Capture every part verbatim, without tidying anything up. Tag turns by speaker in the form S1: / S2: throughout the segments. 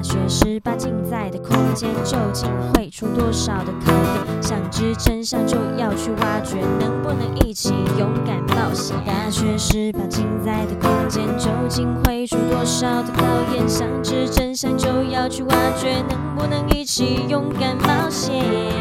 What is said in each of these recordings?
S1: 学十八禁在的空间究竟会出多少的考验？想知真相就要去挖掘，能不能一起勇敢冒险？大学十八禁在的空间究竟会出多少的考验？想知真相就要去挖掘，能不能一起勇敢冒险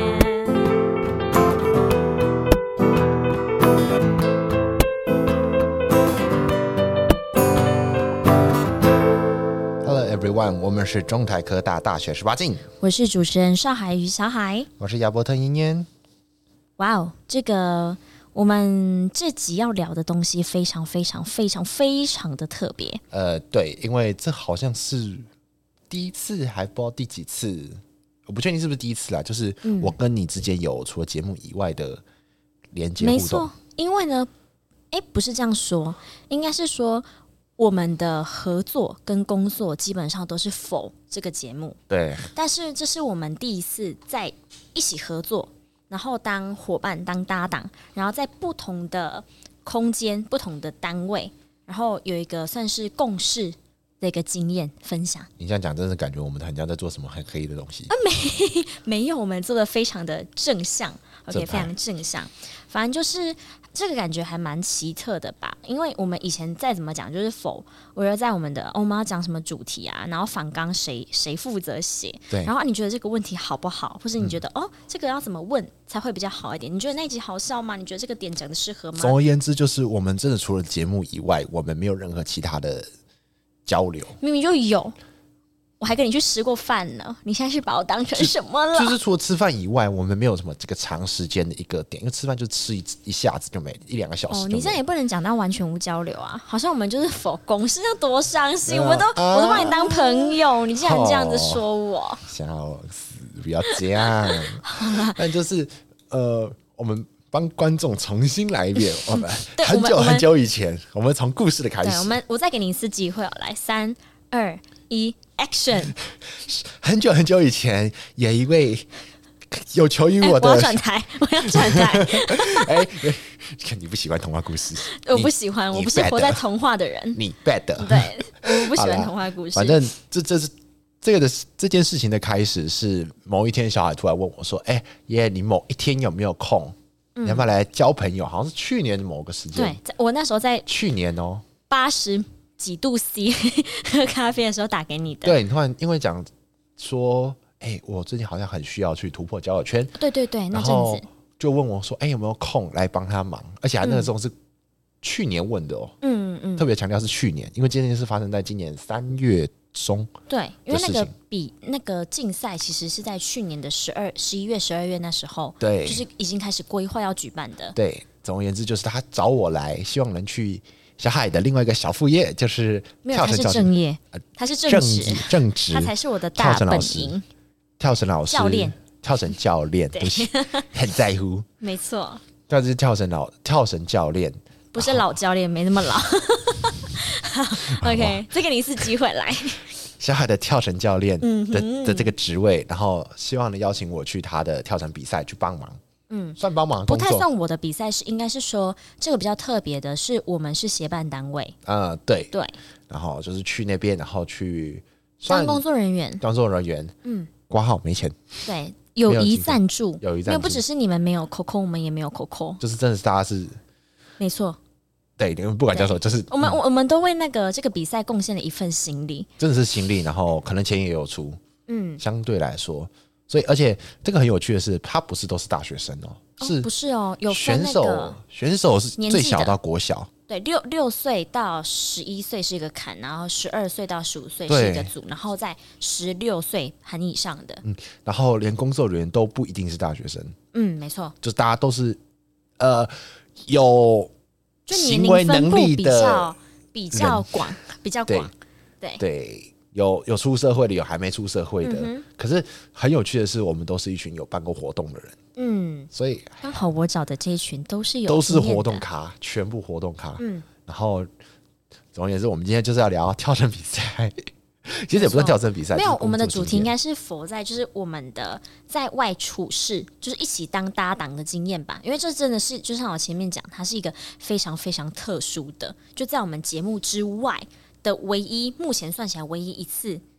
S2: ？Everyone， 我们是中台科大大学十八禁，
S1: 我是主持人邵海与小海，
S2: 我是亚伯特茵茵。
S1: 哇哦，这个我们这集要聊的东西非常非常非常非常的特别。
S2: 呃，对，因为这好像是第一次，还不知道第几次，我不确定是不是第一次啦。就是我跟你之间有除了节目以外的连接互动。没错，
S1: 因为呢，哎，不是这样说，应该是说。我们的合作跟工作基本上都是否这个节目，
S2: 对。
S1: 但是这是我们第一次在一起合作，然后当伙伴、当搭档，然后在不同的空间、不同的单位，然后有一个算是共识的一个经验分享。
S2: 你这样讲，真的感觉我们很像在做什么很黑的东西。
S1: 啊，没没有，我们做的非常的正向 ，OK， 非常正向。反正就是这个感觉还蛮奇特的吧，因为我们以前再怎么讲就是否，我觉得在我们的、哦、我们要讲什么主题啊，然后访纲谁谁负责写，
S2: 对，
S1: 然后你觉得这个问题好不好，或是你觉得、嗯、哦这个要怎么问才会比较好一点？你觉得那集好笑吗？你觉得这个点讲的适合吗？
S2: 总而言之，就是我们真的除了节目以外，我们没有任何其他的交流。
S1: 明明就有。我还跟你去吃过饭呢，你现在是把我当成什么了？
S2: 就, 就是除了吃饭以外，我们没有什么这个长时间的一个点，因为吃饭就吃 一, 一下子就没一两个小时就没。
S1: 哦，你这样也不能讲到完全无交流啊，好像我们就是否公司要多伤心，
S2: 啊、
S1: 我们都、
S2: 啊、
S1: 我都把你当朋友，你竟然这样子说我，
S2: 笑死！不要这样。但就是呃，我们帮观众重新来一遍，我们很久很久以前，我们从故事的开始。
S1: 对，我们我再给你一次机会、哦，来，三二一。Action！
S2: 很久很久以前，有一位有求于我的，
S1: 欸、我要转台，我要转台。
S2: 哎、欸，你不喜欢童话故事？
S1: 我不喜欢，我不是活在童话的人。
S2: 你 bad。
S1: 对，我不喜欢童话故事。
S2: 反正这这是这个的这件事情的开始是某一天，小孩突然问我说：“哎、欸，爷爷，你某一天有没有空？嗯、你要不要来交朋友？”好像是去年的某个时间。
S1: 对，我那时候在
S2: 去年哦，
S1: 八十。几度 C 喝咖啡的时候打给你的。
S2: 对，你突然因为讲说，哎、欸，我最近好像很需要去突破交友圈。
S1: 对对对，那阵子
S2: 就问我说，哎、欸，有没有空来帮他忙？而且还那个时候是去年问的哦，嗯嗯，特别强调是去年，因为这件事发生在今年三月中。
S1: 对，因为那个比那个竞赛其实是在去年的十二、十一月、十二月那时候，
S2: 对，
S1: 就是已经开始规划要举办的。
S2: 对，总而言之，就是他找我来，希望能去。小海的另外一个小副业就是跳绳，
S1: 他是正业，呃、他是正职，
S2: 正职，
S1: 他才是我的大本营。
S2: 跳绳老师、
S1: 教练、
S2: 跳绳教练，对，很在乎。
S1: 没错，
S2: 他是跳绳老跳绳教练，
S1: 不是老教练，没那么老。OK， 再给你一次机会来。
S2: 小海的跳绳教练的、嗯、的这个职位，然后希望能邀请我去他的跳绳比赛去帮忙。嗯，算帮忙，
S1: 不太算我的比赛，是应该是说这个比较特别的是，我们是协办单位。
S2: 呃，对
S1: 对，
S2: 然后就是去那边，然后去
S1: 当工作人员，
S2: 工作人员，嗯，挂号没钱，
S1: 对，友谊赞助，
S2: 友谊赞助，
S1: 不只是你们没有 Coco， 我们也没有 Coco，
S2: 就是真的是大家是，
S1: 没错，
S2: 对，你们不管叫什么，就是
S1: 我们、嗯、我们都为那个这个比赛贡献了一份心力，
S2: 真的是心力，然后可能钱也有出，嗯，相对来说。所以，而且这个很有趣的是，他不是都是大学生哦，是、
S1: 哦、不是哦？有
S2: 分那个选手，选手是最小到国小，
S1: 对，六六岁到十一岁是一个坎，然后十二岁到十五岁是一个组，然后在十六岁含以上的，
S2: 嗯，然后连工作人员都不一定是大学生，
S1: 嗯，没错，
S2: 就是大家都是呃有行为能力的，
S1: 比较比较广，比较广，对
S2: 对。有有出社会的，有还没出社会的、嗯，可是很有趣的是，我们都是一群有办过活动的人，嗯，所以
S1: 刚好我找的这一群都是有
S2: 都是活动咖，全部活动咖，嗯，然后总而言之，我们今天就是要聊跳绳比赛，其实也不算跳绳比赛，
S1: 没有，我们的主题应该是佛在就是我们的在外处事，就是一起当搭档的经验吧，因为这真的是就像我前面讲，它是一个非常非常特殊的，就在我们节目之外的唯一，目前算起来唯一一次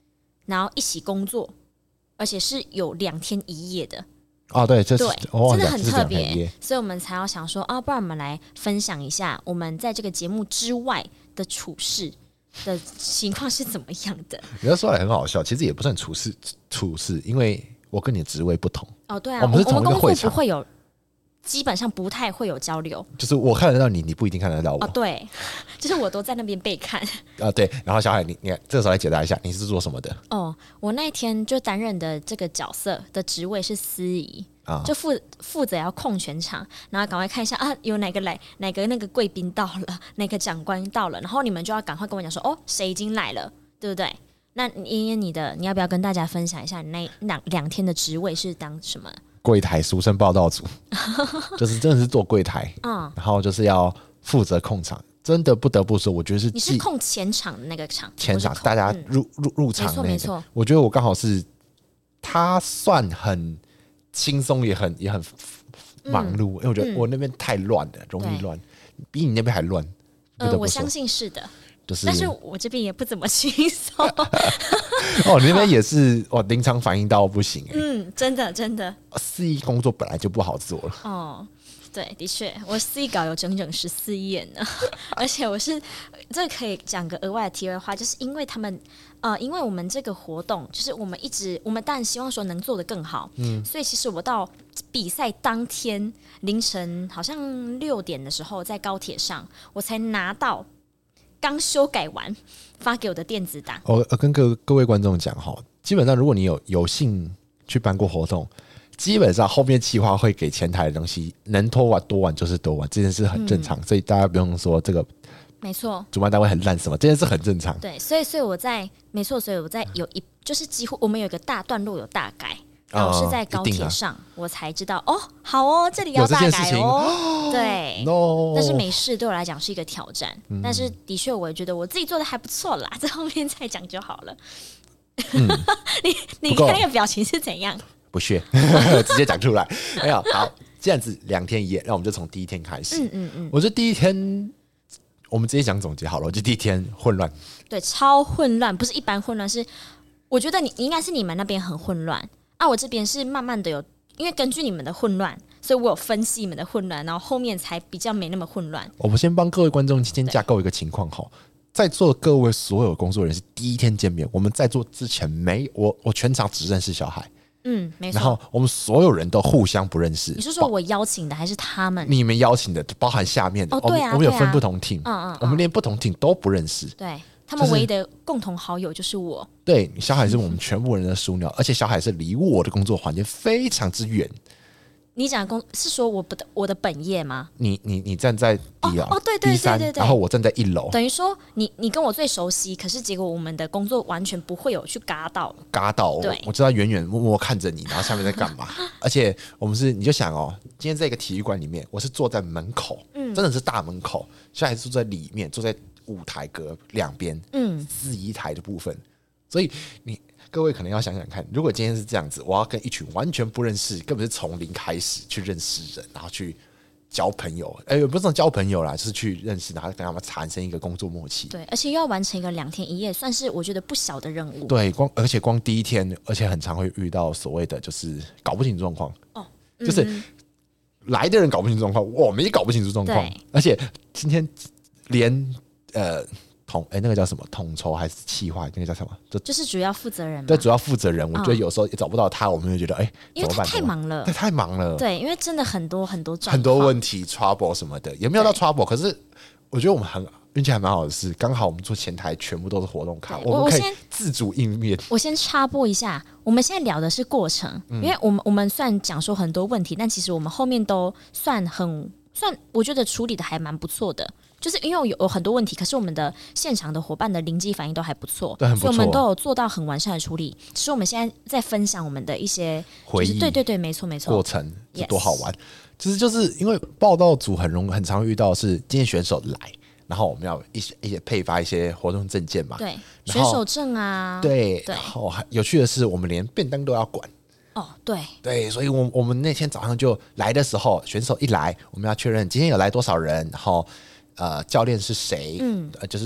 S1: 然后一起工作，而且是有两天一夜的。
S2: 哦，对，这是
S1: 对，
S2: 哦、
S1: 真的很特别，
S2: 这
S1: 所以我们才要想说啊，不然我们来分享一下我们在这个节目之外的处事的情况是怎么样的。
S2: 你要说来很好笑，其实也不算处事处事，因为我跟你的职位不同。
S1: 哦，对啊，
S2: 我们是同一个会场，
S1: 不会有，基本上不太会有交流。
S2: 就是我看得到你，你不一定看得到我。
S1: 哦，对，就是我都在那边被看。
S2: 啊，对，然后小海，你你这个时候来解答一下，你是做什么的？
S1: 哦，我那天就担任的这个角色的职位是司仪。啊、就负负责要控全场，然后赶快看一下啊，有哪个来，哪个那个贵宾到了，哪个长官到了，然后你们就要赶快跟我讲说，哦，谁已经来了，对不对？那妍妍你的，你要不要跟大家分享一下你那两两天的职位是当什么？
S2: 柜台，俗称报道组，就是真的是做柜台，嗯，然后就是要负责控场。真的不得不说，我觉得是
S1: 你是控前场的那个场，
S2: 前场大家入、嗯、入入场的那个，
S1: 没错没错。
S2: 我觉得我刚好是，他算很轻松，也很也很忙碌，嗯、因为我觉得我那边太乱了，嗯、容易乱，比你那边还乱。
S1: 呃，我相信是的。
S2: 就是，
S1: 但是我这边也不怎么轻松。
S2: 哦，你那边也是哦，临场反应到不行、欸。
S1: 嗯，真的真的。
S2: 司仪工作本来就不好做了。
S1: 哦，对，的确，我司仪稿有整整十四页呢，而且我是这可以讲个额外的题外话，就是因为他们呃，因为我们这个活动，就是我们一直我们当然希望说能做得更好，嗯，所以其实我到比赛当天凌晨好像六点的时候，在高铁上我才拿到。刚修改完发给我的电子档。
S2: 我跟各各位观众讲哈，基本上如果你有有幸去办过活动，基本上后面企划会给前台的东西，能拖完多晚就是多晚，这件事很正常，嗯、所以大家不用说这个。
S1: 没错，
S2: 主办单位很烂什么，这件事很正常。
S1: 对，所以所以我在没错，所以我在有一就是几乎我们有一个大段落有大改。然后我是在高铁上，啊、我才知道哦，好哦，这里要大改哦，对， no 但是没事，对我来讲是一个挑战，嗯、但是的确我也觉得我自己做的还不错啦，在后面再讲就好了。嗯、你你看那个表情是怎样？
S2: 不屑，直接讲出来。哎呀，好，这样子两天一夜，那我们就从第一天开始。嗯嗯嗯，我觉得第一天我们直接讲总结好了，我觉得第一天混乱，
S1: 对，超混乱，不是一般混乱，是我觉得你应该是你们那边很混乱。啊，我这边是慢慢的有，因为根据你们的混乱，所以我有分析你们的混乱，然后后面才比较没那么混乱。
S2: 我们先帮各位观众先架构一个情况哈，在座的各位所有工作人员是第一天见面，我们在座之前没我我全场只认识小海，
S1: 嗯，没错。
S2: 然后我们所有人都互相不认识。
S1: 你是说我邀请的还是他们？
S2: 你们邀请的，包含下面的，
S1: 哦，对啊，
S2: 我们有分不同 team，、
S1: 嗯嗯嗯、
S2: 我们连不同 team 都不认识。
S1: 对。他们唯一的共同好友就是我。
S2: 对，小海是我们全部人的枢纽，而且小海是离我的工作环境非常之远。
S1: 你讲的工是说我的我的本业吗？
S2: 你你你站在第二、
S1: 哦，哦对对对对对，
S2: 然后我站在一楼，
S1: 等于说你你跟我最熟悉，可是结果我们的工作完全不会有去嘎到，
S2: 嘎到。对，我知道远远默默看着你，然后下面在干嘛。而且我们是，你就想哦，今天在一个体育馆里面，我是坐在门口，嗯，真的是大门口，小海是坐在里面，坐在舞台隔两边，嗯，司仪台的部分，所以你各位可能要想想看，如果今天是这样子，我要跟一群完全不认识，根本是从零开始去认识人，然后去交朋友，哎、欸，不是说交朋友啦，就是去认识，然后跟他们产生一个工作默契。
S1: 对，而且又要完成一个两天一夜，算是我觉得不小的任务。
S2: 对，光而且光第一天，而且很常会遇到所谓的就是搞不清状况，哦，嗯、就是来的人搞不清状况，我们也搞不清楚状况，而且今天连。呃，统哎、欸，那个叫什么统筹还是企划？那个叫什么？就
S1: 就是主要负责人嘛。
S2: 对，主要负责人，我觉得有时候也找不到他，我们就觉得哎、欸，
S1: 因为他太忙了，
S2: 对，太忙了。
S1: 对，因为真的很多很多
S2: 很多问题 trouble 什么的，也没有到 trouble。可是我觉得我们很运气还蛮好的是，刚好我们做前台全部都是活动卡，我们可以自主应变。
S1: 我先插播一下，我们现在聊的是过程，嗯、因为我们我们虽然讲说很多问题，但其实我们后面都算很算，我觉得处理的还蛮不错的。就是因为有有很多问题，可是我们的现场的伙伴的临机反应都还不错，
S2: 对，很不错，
S1: 所以我们都有做到很完善的处理。只是我们现在在分享我们的一些、就是、回忆，对对对，没错没错，
S2: 过程是多好玩。其实就是因为报道组很容很常遇到是今天选手来，然后我们要一些一些配发一些活动证件嘛，
S1: 对，选手证啊，
S2: 对对。然后有趣的是，我们连便当都要管。
S1: 哦，对
S2: 对，所以我，我我们那天早上就来的时候，选手一来，我们要确认今天有来多少人，然后。呃，教练是谁？嗯，呃，就是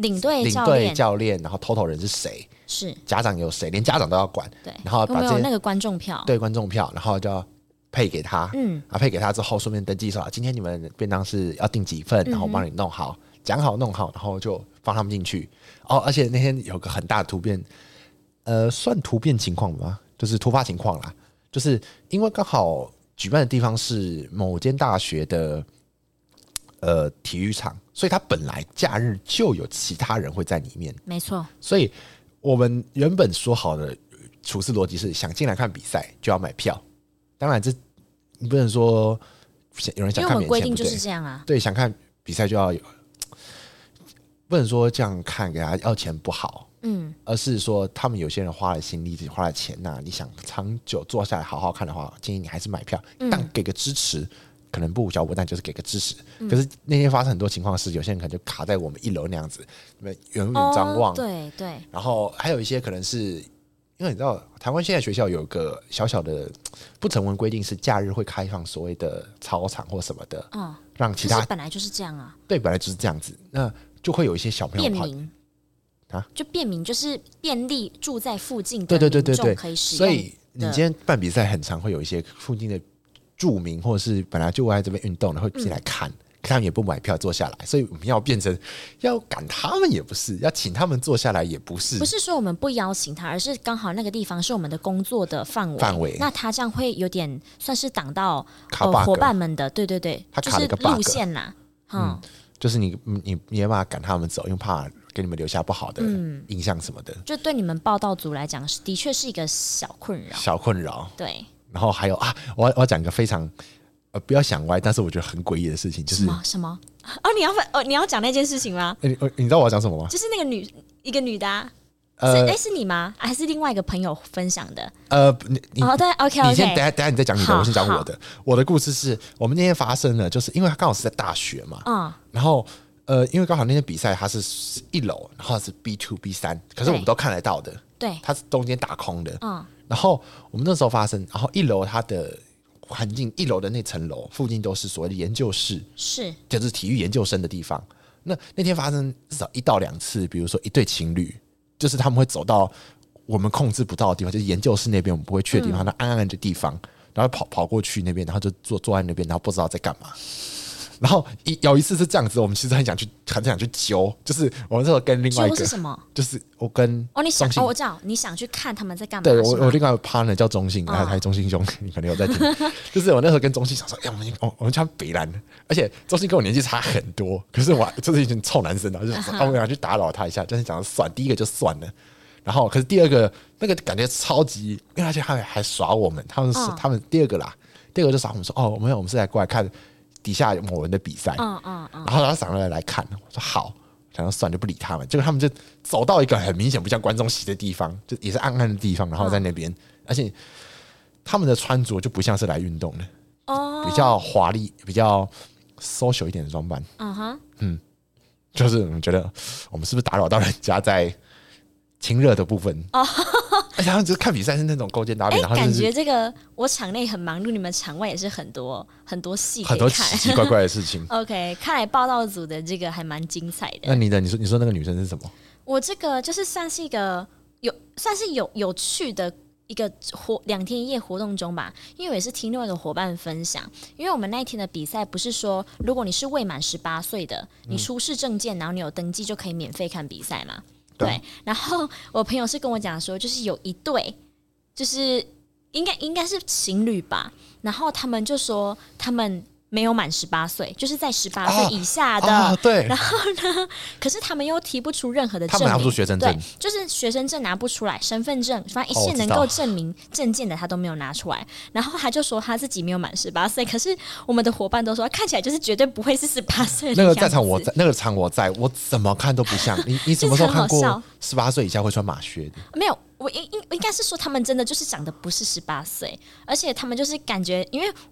S1: 领队
S2: 领
S1: 教练
S2: 队教练，然后 total 人是谁，
S1: 是
S2: 家长有谁，连家长都要管。
S1: 对，
S2: 然后把这
S1: 有没有那个观众票？
S2: 对，观众票，然后就要配给他，嗯，啊，配给他之后，顺便登记说，今天你们便当是要订几份，然后我帮你弄好，讲、嗯、好弄好，然后就放他们进去。哦，而且那天有个很大的突变，呃，算突变情况吗？就是突发情况啦，就是因为刚好举办的地方是某间大学的呃体育场，所以他本来假日就有其他人会在里面，
S1: 没错。
S2: 所以我们原本说好的处事逻辑是，想进来看比赛就要买票。当然这你不能说有人想看免钱，因为我们
S1: 规定就是这样啊。
S2: 对，想看比赛就要有，不能说这样看给他要钱不好，嗯，而是说他们有些人花了心力，花了钱呐、啊，你想长久坐下来好好看的话，建议你还是买票，嗯、但给个支持。可能不无小补，但就是给个支持、嗯。可是那天发生很多情况是，有些人可能就卡在我们一楼那样子，远远张望。
S1: 哦、对对。
S2: 然后还有一些可能是因为你知道，台湾现在学校有个小小的不成文规定，是假日会开放所谓的操场或什么的，嗯，让其他
S1: 本来就是这样啊。
S2: 对，本来就是这样子，那就会有一些小朋友
S1: 便民啊，就便民就是便利住在附近的民众可以使用。
S2: 所以你今天办比赛，很常会有一些附近的住民或者是本来就在这边运动的会进来看、嗯，他们也不买票坐下来，所以我们要变成要赶他们也不是，要请他们坐下来也不是。
S1: 不是说我们不邀请他，而是刚好那个地方是我们的工作的范围，范围那他这样会有点算是挡到呃伙伴们的，对对对，
S2: 他卡了一个 bug，
S1: 就是路线啦，嗯，
S2: 嗯就是你你你没办法赶他们走，因为怕给你们留下不好的印象什么的，嗯、
S1: 就对你们报道组来讲，的确是一个小困扰，
S2: 小困扰，
S1: 对。
S2: 然后还有啊，我要我要讲一个非常呃不要想歪，但是我觉得很诡异的事情，就是
S1: 什么什么哦，你要哦你要讲那件事情吗？
S2: 欸、你, 你知道我要讲什么吗？
S1: 就是那个女一个女的、啊，呃，哎、欸、是你吗？还是另外一个朋友分享的？
S2: 呃，你你
S1: 哦对 ，OK OK，
S2: 你先等下等下你再讲你的，我先讲我的。我的故事是我们那天发生了，就是因为刚好是在大学嘛，嗯，然后呃，因为刚好那天比赛它是一楼，然后是 B 二 B 三，可是我们都看得到的，
S1: 对，
S2: 它是中间打空的，嗯。然后我们那时候发生，然后一楼它的环境，一楼的那层楼附近都是所谓的研究室，
S1: 是
S2: 就是体育研究生的地方。那那天发生至少一到两次，比如说一对情侣，就是他们会走到我们控制不到的地方，就是研究室那边我们不会去的地方，那、嗯、暗暗的地方，然后跑跑过去那边，然后就坐坐在那边，然后不知道在干嘛。然后一有一次是这样子，我们其实很想去，很想去揪，就是我们那时候跟另外一个
S1: 揪是什么？
S2: 就是我跟
S1: 哦，你想哦，我知道你想去看他们在干嘛。
S2: 对我，我另外一个 partner 叫中信，还、哦、还中信兄，你可能有在听。就是我那时候跟中信想说，哎、欸，我们我我们穿北蓝，而且中信跟我年纪差很多，可是我就是一群臭男生，然后就想说，啊、我们想去打扰他一下，但是想算第一个就算了。然后可是第二个那个感觉超级，因为而且他们还耍我们，他们是、哦、他们第二个啦，第二个就耍我们说，哦，没有，我们是来过来看底下某人的比赛，嗯嗯嗯，然后他上来来看，我说好，想要算就不理他们，结果他们就走到一个很明显不像观众席的地方，就也是暗暗的地方，然后在那边、嗯，而且他们的穿着就不像是来运动的，哦，比较华丽，比较 social 一点的装扮，嗯哼，嗯，就是我们觉得我们是不是打扰到人家在亲热的部分？哦，而且他们就是看比赛是那种勾肩搭背，然后、就是、
S1: 感觉这个我场内很忙碌，你们场外也是很多很多戏可以看，
S2: 很多奇奇怪怪的事情。
S1: OK， 看来报道组的这个还蛮精彩的。
S2: 那你的，你说你说那个女生是什么？
S1: 我这个就是算是一个有算是有有趣的一个活两天一夜活动中吧，因为我也是听另外一个伙伴分享，因为我们那一天的比赛不是说如果你是未满十八岁的，你出示证件，然后你有登记就可以免费看比赛嘛。对，然后我朋友是跟我讲说，就是有一对，就是应该应该是情侣吧，然后他们就说他们没有满十八岁，就是在十八岁以下的、
S2: 啊啊。对。
S1: 然后呢，可是他们又提不出任何的证明，
S2: 他们拿不出学生证，
S1: 对，就是学生证拿不出来，身份证，反正一切能够证明证件的他都没有拿出来。然后他就说他自己没有满十八岁，可是我们的伙伴都说看起来就是绝对不会是十八岁的样子。
S2: 那个在场我在，那个场我在，我怎么看都不像。你你什么时候看过十八岁以下会穿马靴的？
S1: 没有。我应应应该是说，他们真的就是长得不是十八岁，而且他们就是感觉，因为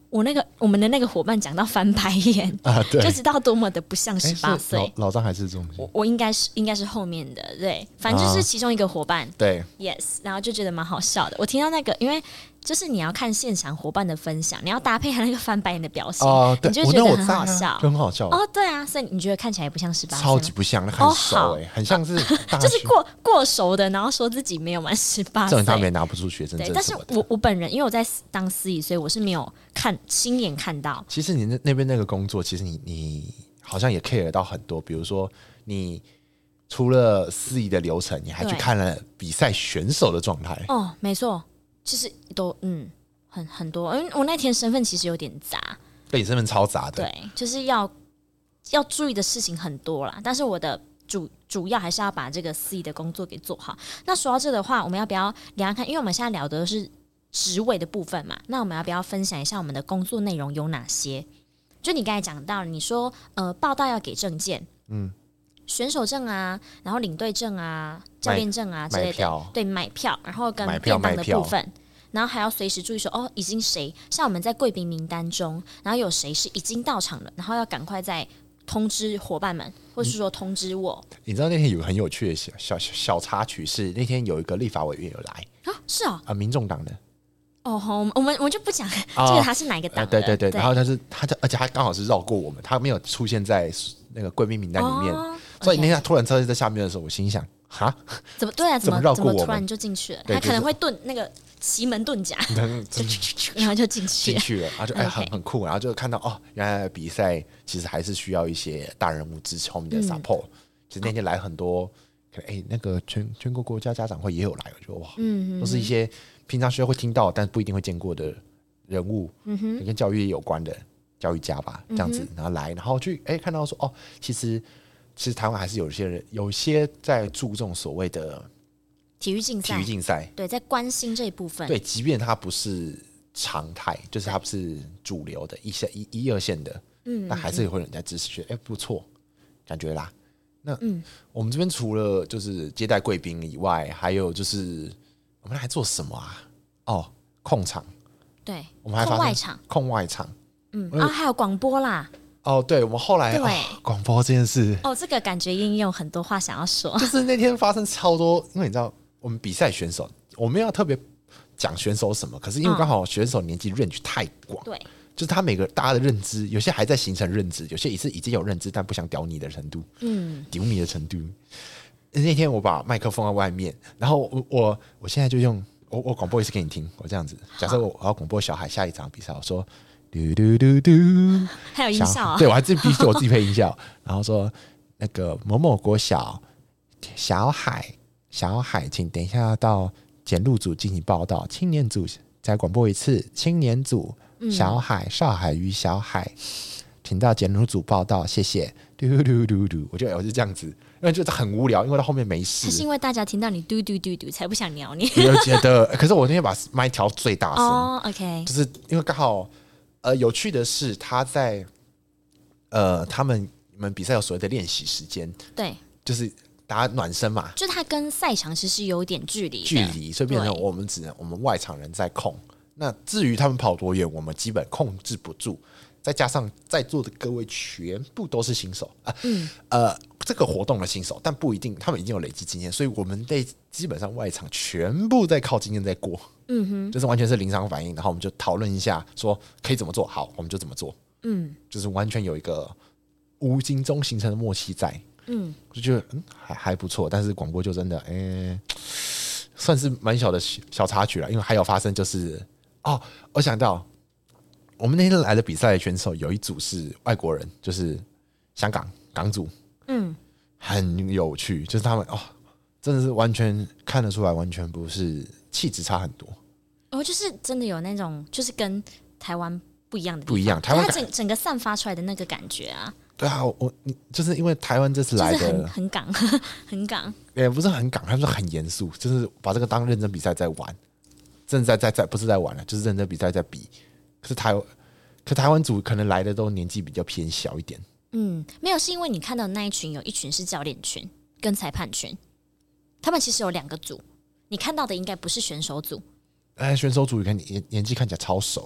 S1: 我那个我们的那个伙伴讲到翻白眼
S2: 啊，对，
S1: 就知道多么的不像十八岁。
S2: 老张还是中
S1: 我我应该是应该是后面的，对，反正就是其中一个伙伴，
S2: 啊、对
S1: ，yes， 然后就觉得蛮好笑的。我听到那个，因为就是你要看现场伙伴的分享，你要搭配他那个翻白眼的表情，
S2: 哦、
S1: 你就觉得很好笑，
S2: 啊、很好笑
S1: 哦，对啊，所以你觉得看起来不像十八岁，
S2: 超级不像，那很熟哎、欸，很像是
S1: 就是过过熟的，然后说自己没有满十八岁，
S2: 证明他们也拿不出学生证。
S1: 对，但是我我本人因为我在当司仪，所以我是没有看亲眼看到。
S2: 其实你那那边那个工作，其实你你好像也 care 到很多，比如说你除了司仪的流程，你还去看了比赛选手的状态。
S1: 哦，没错，其实都嗯很很多，因为我那天身份其实有点杂，
S2: 对，你身份超杂的，
S1: 对，就是要要注意的事情很多啦，但是我的主主要还是要把这个司仪的工作给做好。那说到这的话，我们要不要聊聊看？因为我们现在聊的是职位的部分嘛，那我们要不要分享一下我们的工作内容有哪些？就你刚才讲到，你说呃报道要给证件，嗯，选手证啊，然后领队证啊、教练证啊之类的，对，买票，然后跟便当的部分。然后还要随时注意说，哦，已经谁像我们在贵宾名单中，然后有谁是已经到场了，然后要赶快再通知伙伴们，或是说通知我。
S2: 你知道那天有个很有趣的小小小插曲是，那天有一个立法委员有来
S1: 啊，是啊、哦，
S2: 啊，民众党的。
S1: 哦，好，我们我们我们就不讲、哦、这个他是哪一个党的、呃？
S2: 对对对，对然后他是他就而且他刚好是绕过我们，他没有出现在那个贵宾名单里面，哦、所以那天他突然车在下面的时候，我心想，哈，
S1: 怎么对啊？怎么
S2: 绕过我们？
S1: 怎么突然就进去了？他可能会遁那个。奇门遁甲，然后就进去
S2: 进去了，然后就哎、欸、很很酷，然后就看到哦，原来比赛其实还是需要一些大人物支持后面的 support、嗯。其实那天来很多，可能哎、欸、那个全全国国家家长会也有来，我觉得哇，嗯、都是一些平常学校会听到但不一定会见过的人物，嗯哼，跟教育有关的教育家吧，这样子，然后来，然后去哎、欸、看到说哦，其实其实台湾还是有些人有些在注重所谓的。
S1: 体育竞赛，
S2: 体育竞赛，
S1: 对，在关心这一部分，
S2: 对，即便它不是常态，就是它不是主流的一线一一二线的，嗯，但还是会有人在支持，觉得哎不错，感觉啦。那嗯，我们这边除了就是接待贵宾以外，还有就是我们还做什么啊？哦，控场，
S1: 对，
S2: 我们还发
S1: 控外场，
S2: 控外场，
S1: 嗯啊，还有广播啦。
S2: 哦，对，我们后来对广、哦、播这件事，
S1: 哦，这个感觉应有很多话想要说，
S2: 就是那天发生超多，因为你知道。我们比赛选手，我们要特别讲选手什么，可是因为刚好选手年纪 range 太广，对、嗯，就是他每个大家的认知，有些还在形成认知，有些也是已经有认知但不想屌你的程度，嗯，屌你的程度。那天我把麦克风在外面，然后我我我现在就用我我广播一次给你听，我这样子，假设我要广播小孩下一场比赛，我说嘟嘟嘟嘟，
S1: 还有音效、啊，
S2: 对我还自己必须我自己配音效，然后说那个某某国小小海。小海，请等一下要到检录组进行报道。青年组再广播一次，青年组小海、嗯、少海与小海，请到检录组报道，谢谢。嘟嘟嘟嘟，我觉得我是这样子，因为就是很无聊，因为到后面没事。
S1: 还是因为大家听到你嘟嘟嘟嘟才不想鸟你？
S2: 我觉得，可是我那天把麦调最大声。
S1: 哦 ，OK，
S2: 就是因为刚好，呃，有趣的是他在呃他们你们比赛有所谓的练习时间，
S1: 对，
S2: 就是。大家暖身嘛，
S1: 就它跟赛场其实有点距离，
S2: 距离，所以变成我们只能我们外场人在控。那至于他们跑多远，我们基本控制不住。再加上在座的各位全部都是新手啊，嗯、呃，这个活动的新手，但不一定，他们已经有累积经验，所以我们得基本上外场全部在靠经验在过，嗯哼，就是完全是临场反应，然后我们就讨论一下，说可以怎么做，好，我们就怎么做，嗯，就是完全有一个无形中形成的默契在。嗯，就觉得嗯还还不错，但是广播就真的哎、欸，算是蛮小的小插曲了。因为还有发生就是哦，我想到我们那天来的比赛的选手有一组是外国人，就是香港港组，嗯，很有趣，就是他们哦，真的是完全看得出来，完全不是气质差很多。
S1: 哦，就是真的有那种，就是跟台湾不一样的地方，
S2: 不一样。台湾
S1: 它整整个散发出来的那个感觉啊。
S2: 对啊，我就是因为台湾这次来的、
S1: 就是、很很港很港，
S2: 也不是很港，他们是很严肃，就是把这个当认真比赛在玩，真的在在在不是在玩了，就是认真比赛在比。可是台可台湾组可能来的都年纪比较偏小一点。
S1: 嗯，没有，是因为你看到的那一群有一群是教练群跟裁判群，他们其实有两个组，你看到的应该不是选手组。
S2: 哎，选手组看年年纪看起来超熟的、欸。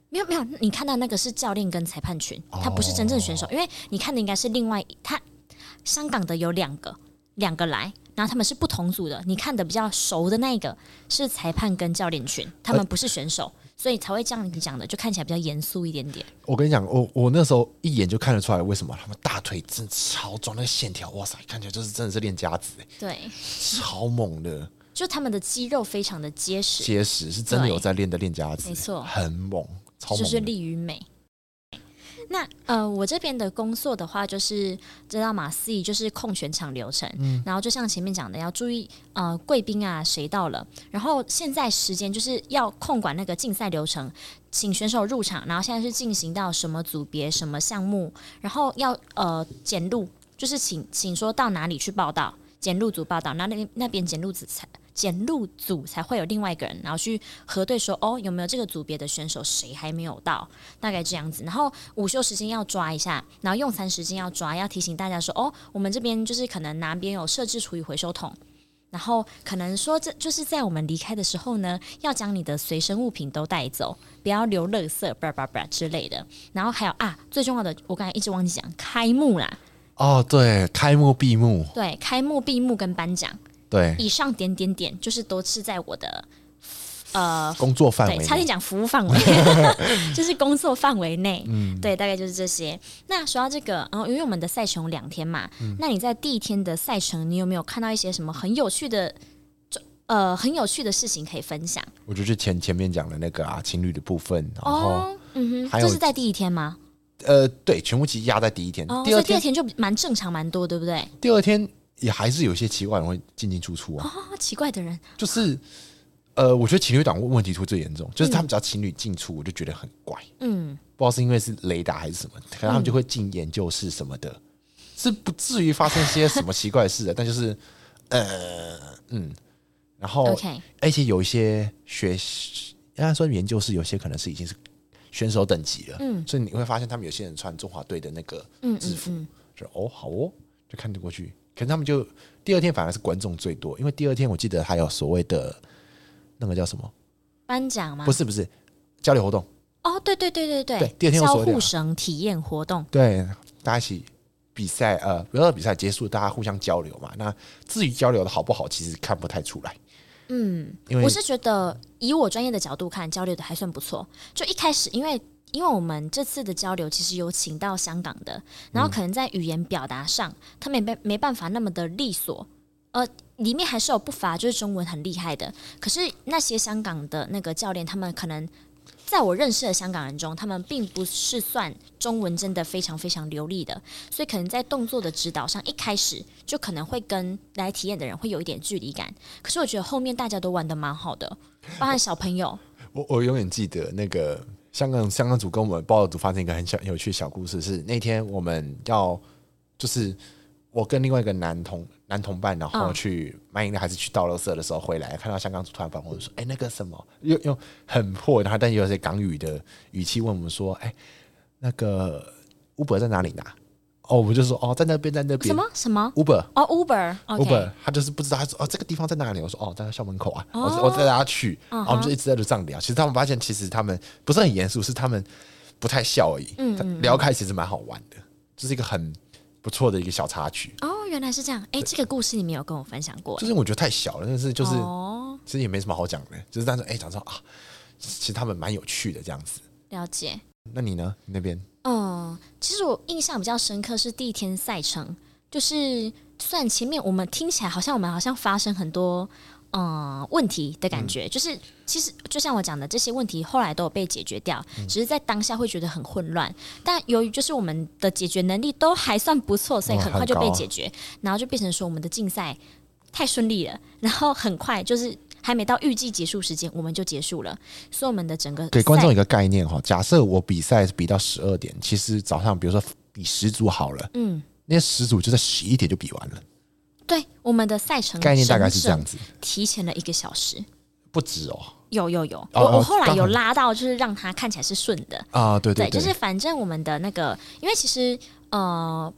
S1: 没有没有，你看到那个是教练跟裁判群，他不是真正选手，因为你看的应该是另外他香港的有两个两个来，然后他们是不同组的，你看的比较熟的那个是裁判跟教练群，他们不是选手，所以才会这样你讲的，就看起来比较严肃一点点。
S2: 我跟你讲，我我那时候一眼就看得出来，为什么他们大腿真的超壮，那个线条，哇塞，看起来就是真的是练家子，
S1: 对，
S2: 超猛的。
S1: 就他们的肌肉非常的结实，
S2: 结实是真的有在练的练家子，
S1: 没错，
S2: 很猛，超猛的，
S1: 就是力与美。那呃，我这边的工作的话，就是知道嘛 ，C 就是控选场流程，嗯、然后就像前面讲的，要注意呃贵宾啊谁到了，然后现在时间就是要控管那个竞赛流程，请选手入场，然后现在是进行到什么组别、什么项目，然后要呃检录，就是请请说到哪里去报道，检录组报道，那那那边检录组才。检录组才会有另外一个人，然后去核对说，哦，有没有这个组别的选手谁还没有到，大概这样子。然后午休时间要抓一下，然后用餐时间要抓，要提醒大家说，哦，我们这边就是可能哪边有设置厨余回收桶，然后可能说这就是在我们离开的时候呢，要将你的随身物品都带走，不要留垃圾，叭叭叭之类的。然后还有啊，最重要的，我刚才一直忘记讲，开幕啦。
S2: 哦，对，开幕闭幕，
S1: 对，开幕闭幕跟颁奖。
S2: 对，
S1: 以上点点点就是都是在我的呃
S2: 工作范围，
S1: 对，差点讲服务范围，就是工作范围内，嗯，对，大概就是这些。那说到这个，然、呃、后因为我们的赛程有两天嘛、嗯，那你在第一天的赛程，你有没有看到一些什么很有趣的，呃，很有趣的事情可以分享？
S2: 我觉得前前面讲的那个啊，情侣的部分，然后、哦、
S1: 嗯哼，这是在第一天吗？
S2: 呃，对，全部其实压在第一天，
S1: 哦、
S2: 第二天
S1: 第二天就蛮正常，蛮多，对不对？
S2: 第二天。也还是有些奇怪的人会进进出出啊，
S1: 哦，奇怪的人
S2: 就是，呃，我觉得情侣档问题会最严重，就是他们只要情侣进出，我就觉得很怪，嗯，不知道是因为是雷达还是什么，可能他们就会进研究室什么的，嗯、是不至于发生些什么奇怪的事的，但就是呃嗯，然后
S1: ，OK，
S2: 而且有一些学，应该说研究室有些可能是已经是选手等级了，嗯，所以你会发现他们有些人穿中华队的那个制服，嗯嗯嗯就哦好哦，就看得过去。可是他们就第二天反而是观众最多，因为第二天我记得还有所谓的那个叫什么
S1: 颁奖吗？
S2: 不是不是交流活动
S1: 哦，对对对对对，
S2: 对第二天有所谓的
S1: 交互绳体验活动，
S2: 对，大家一起比赛，呃，比如说比赛结束，大家互相交流嘛。那至于交流的好不好，其实看不太出来。
S1: 嗯，我是觉得以我专业的角度看，交流的还算不错。就一开始因为。因为我们这次的交流其实有请到香港的，然后可能在语言表达上，他们没没办法那么的利索，呃，里面还是有不乏就是中文很厉害的。可是那些香港的那个教练，他们可能在我认识的香港人中，他们并不是算中文真的非常非常流利的，所以可能在动作的指导上，一开始就可能会跟来体验的人会有一点距离感。可是我觉得后面大家都玩得蛮好的，包含小朋友。
S2: 我我永远记得那个。香港香港组跟我们报道组发生一个很小很有趣的小故事，是那天我们要就是我跟另外一个男同男同伴，然后去买饮料还是去倒垃圾的时候回来，看到香港组突然反问我说：“哎、欸，那个什么，用用很破，然后但有些港语的语气问我们说：‘哎、欸，那个 Uber 在哪里拿？’哦，我们就说哦，在那边，在那边。
S1: 什么什么
S2: Uber
S1: 哦 Uber
S2: Uber，
S1: okay.
S2: 他就是不知道，他说哦这个地方在哪里？我说哦在校门口啊，哦、我我带大家去，uh-huh. 然后我们就一直在路上聊。其实他们发现，其实他们不是很严肃，是他们不太笑而已。嗯, 嗯，聊开其实蛮好玩的，这、就是一个很不错的一个小插曲。
S1: 哦，原来是这样。哎，这个故事你没有跟我分享过，
S2: 就是我觉得太小了，但是就是、哦、其实也没什么好讲的，就是但是哎讲说啊，其实他们蛮有趣的这样子。
S1: 了解。
S2: 那你呢？你那边？
S1: 嗯，其实我印象比较深刻是第一天赛程，就是虽然前面我们听起来好像我们好像发生很多嗯问题的感觉、嗯，就是其实就像我讲的，这些问题后来都有被解决掉，嗯、只是在当下会觉得很混乱。但由于就是我们的解决能力都还算不错，所以很快就被解决，哦、然后就变成说我们的竞赛太顺利了，然后很快就是。还没到预计结束时间，我们就结束了。所以我们的整个
S2: 给观众一个概念哈，假设我比赛比到十二点，其实早上比如说比十组好了，嗯，那十组就在十一点就比完了。
S1: 对，我们的赛程
S2: 概念大概是这样子，
S1: 提前了一个小时，
S2: 不止哦。
S1: 有有有，
S2: 哦、
S1: 我我后来有拉到，就是让它看起来是顺的
S2: 啊，对 对,
S1: 对，就是反正我们的那个，因为其实呃。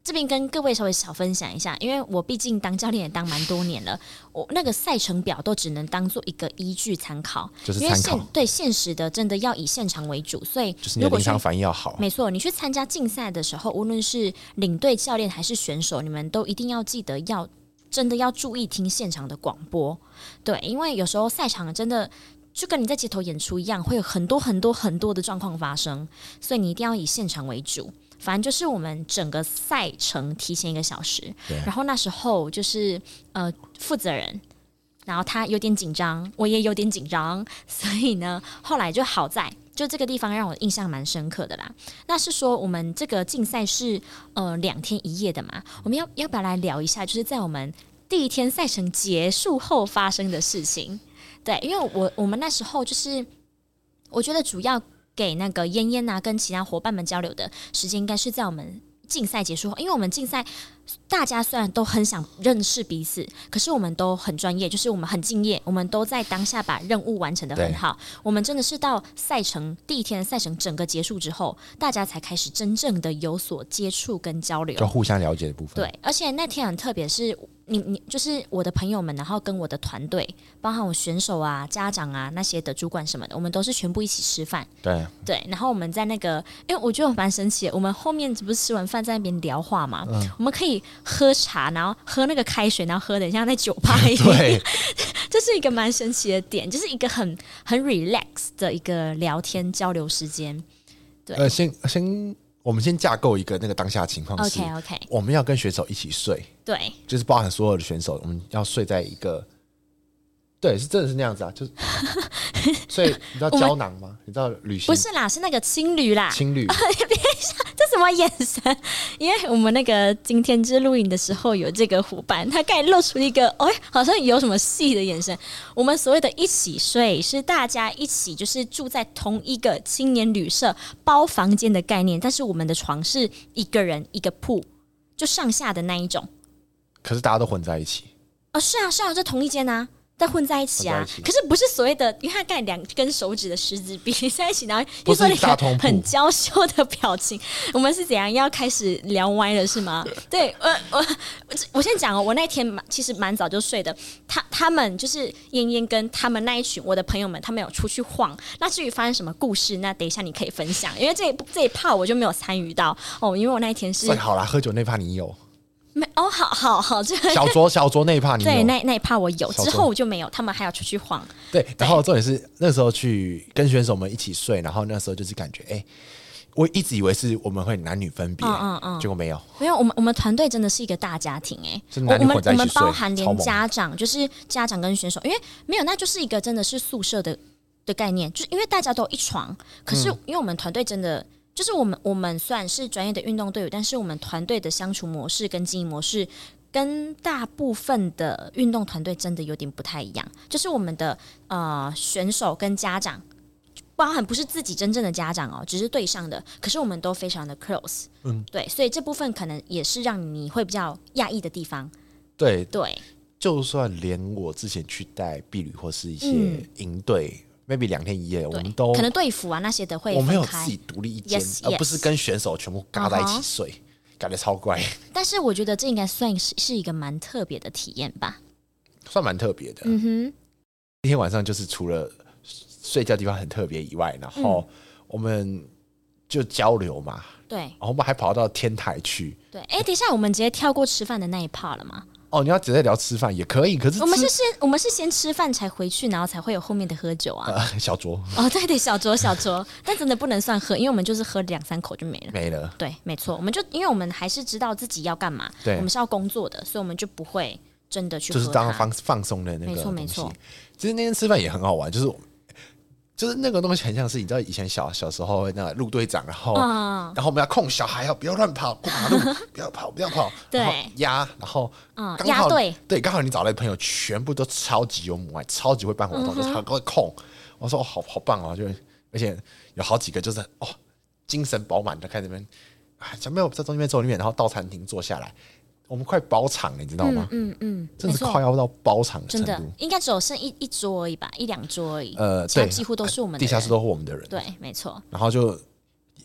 S1: 这边跟各位稍微小分享一下，因为我毕竟当教练也当蛮多年了，我那个赛程表都只能当做一个依据参考，
S2: 就是参考，
S1: 因为现对现实的真的要以现场为主，所以
S2: 就是你的临场反应要好。
S1: 没错，你去参加竞赛的时候，无论是领队教练还是选手，你们都一定要记得要真的要注意听现场的广播，对，因为有时候赛场真的就跟你在街头演出一样，会有很多很多很多的状况发生，所以你一定要以现场为主。反正就是我们整个赛程提前一个小时，然后那时候就是呃负责人，然后他有点紧张，我也有点紧张，所以呢，后来就好在就这个地方让我印象蛮深刻的啦。那是说我们这个竞赛是呃两天一夜的嘛，我们要要不要来聊一下，就是在我们第一天赛程结束后发生的事情？对，因为我我们那时候就是我觉得主要给那个燕燕啊跟其他伙伴们交流的时间，应该是在我们竞赛结束后，因为我们竞赛大家虽然都很想认识彼此，可是我们都很专业，就是我们很敬业，我们都在当下把任务完成得很好。我们真的是到赛程第一天的赛程整个结束之后，大家才开始真正的有所接触跟交流，
S2: 就互相了解的部分。
S1: 对，而且那天很特别，是你你就是我的朋友们，然后跟我的团队，包含我选手啊、家长啊那些的主管什么的，我们都是全部一起吃饭。
S2: 对
S1: 对，然后我们在那个，因为我觉得蛮神奇的，我们后面不是吃完饭在那边聊话嘛、嗯，我们可以喝茶，然后喝那个开水，然后喝得像在酒吧一样。对，这是一个蛮神奇的点，就是一个很很 relax 的一个聊天交流时间。对，
S2: 呃，先先。我们先架构一个那个当下情况是
S1: ，OK OK，
S2: 我们要跟选手一起睡，
S1: 对，
S2: 就是包含所有的选手，我们要睡在一个，对，是真的是那样子啊，就是，所以你知道胶囊吗？你知道旅行
S1: 不是啦，是那个青旅啦，
S2: 青旅。
S1: 别一下，这什么眼神？因为我们那个今天之录影的时候有这个伙伴，他刚才露出一个，哎、哦，好像有什么戏的眼神。我们所谓的一起睡，是大家一起就是住在同一个青年旅社包房间的概念，但是我们的床是一个人一个铺，就上下的那一种。
S2: 可是大家都混在一起。
S1: 哦，是啊，是啊，这同一间啊。但混在一起啊，可是不是所谓的，因为他刚才两根手指的食指比在一起，然后又说了一个很娇羞的表情。我们是怎样要开始聊歪了是吗？对，我我我先讲哦，我那天其实蛮早就睡的。他他们就是燕燕跟他们那一群我的朋友们，他们有出去晃。那至于发生什么故事，那等一下你可以分享，因为这一这一趴我就没有参与到哦，因为我那一天是。
S2: 好啦，喝酒那趴你有。
S1: 没哦，好好好，这
S2: 小酌小酌那一趴你有，
S1: 对，那那一趴我有，之后我就没有，他们还要出去晃。
S2: 对，然后重点是那时候去跟选手们一起睡，然后那时候就是感觉，哎、欸，我一直以为是我们会男女分别，嗯嗯嗯，结果没有，
S1: 没有，我们我们团队真的是一个大家庭、欸，哎，我们我们包含连家长，就是家长跟选手，因为没有，那就是一个真的是宿舍的的概念，就是因为大家都有一床，可是因为我们团队真的。就是我们，我们虽然是专业的运动队伍，但是我们团队的相处模式跟经营模式，跟大部分的运动团队真的有点不太一样。就是我们的呃选手跟家长，包含不是自己真正的家长哦，只是对上的，可是我们都非常的 close， 嗯，对，所以这部分可能也是让你会比较讶异的地方。
S2: 对
S1: 对，
S2: 就算连我之前去带婢旅或是一些营队。嗯maybe 两天一夜，我们都
S1: 可能队服啊那些的会分开，
S2: 我们有自己独立一间，
S1: yes,
S2: 而不是跟选手全部嘎在一起睡， uh-huh. 感觉超怪。
S1: 但是我觉得这应该算是是一个蛮特别的体验吧，
S2: 算蛮特别的。嗯哼，那天晚上就是除了睡觉的地方很特别以外，然后我们就交流嘛，
S1: 对，
S2: 然后我们还跑到天台去。
S1: 对，哎，等一下，我们直接跳过吃饭的那一 part 了吗？
S2: 哦，你要直接聊吃饭也可以，可是
S1: 我们是先我们是先吃饭才回去，然后才会有后面的喝酒啊。
S2: 呃、小酌
S1: 哦，对对，小酌小酌，但真的不能算喝，因为我们就是喝两三口就没了。
S2: 没了。
S1: 对，没错，我们就因为我们还是知道自己要干嘛，对，我们是要工作的，所以我们就不会真的去喝它，
S2: 就是当放放松的那个。
S1: 没错没错。
S2: 其实那天吃饭也很好玩，就是。就是那个东西很像是你知道以前小小时候那个陆队长，然后、嗯、然后我们要控小孩要不要乱跑过马路，不要跑不要跑，
S1: 对，
S2: 然后压，然后
S1: 嗯压队，
S2: 对，刚好你找来的朋友全部都超级有母爱，超级会办活动，嗯、就是很会控。我说、哦、好好棒哦，就而且有好几个就是哦精神饱满的开始那边啊，小朋友在中间坐里面，然后到餐厅坐下来。我们快包场了，你知道吗？嗯嗯，嗯真的是快要到包场的程度。真的，
S1: 应该只有剩一一桌而已吧，一两桌而已。
S2: 呃，
S1: 对，几乎都是我们的人，
S2: 地下室都是我们的人。
S1: 对，没错。
S2: 然后就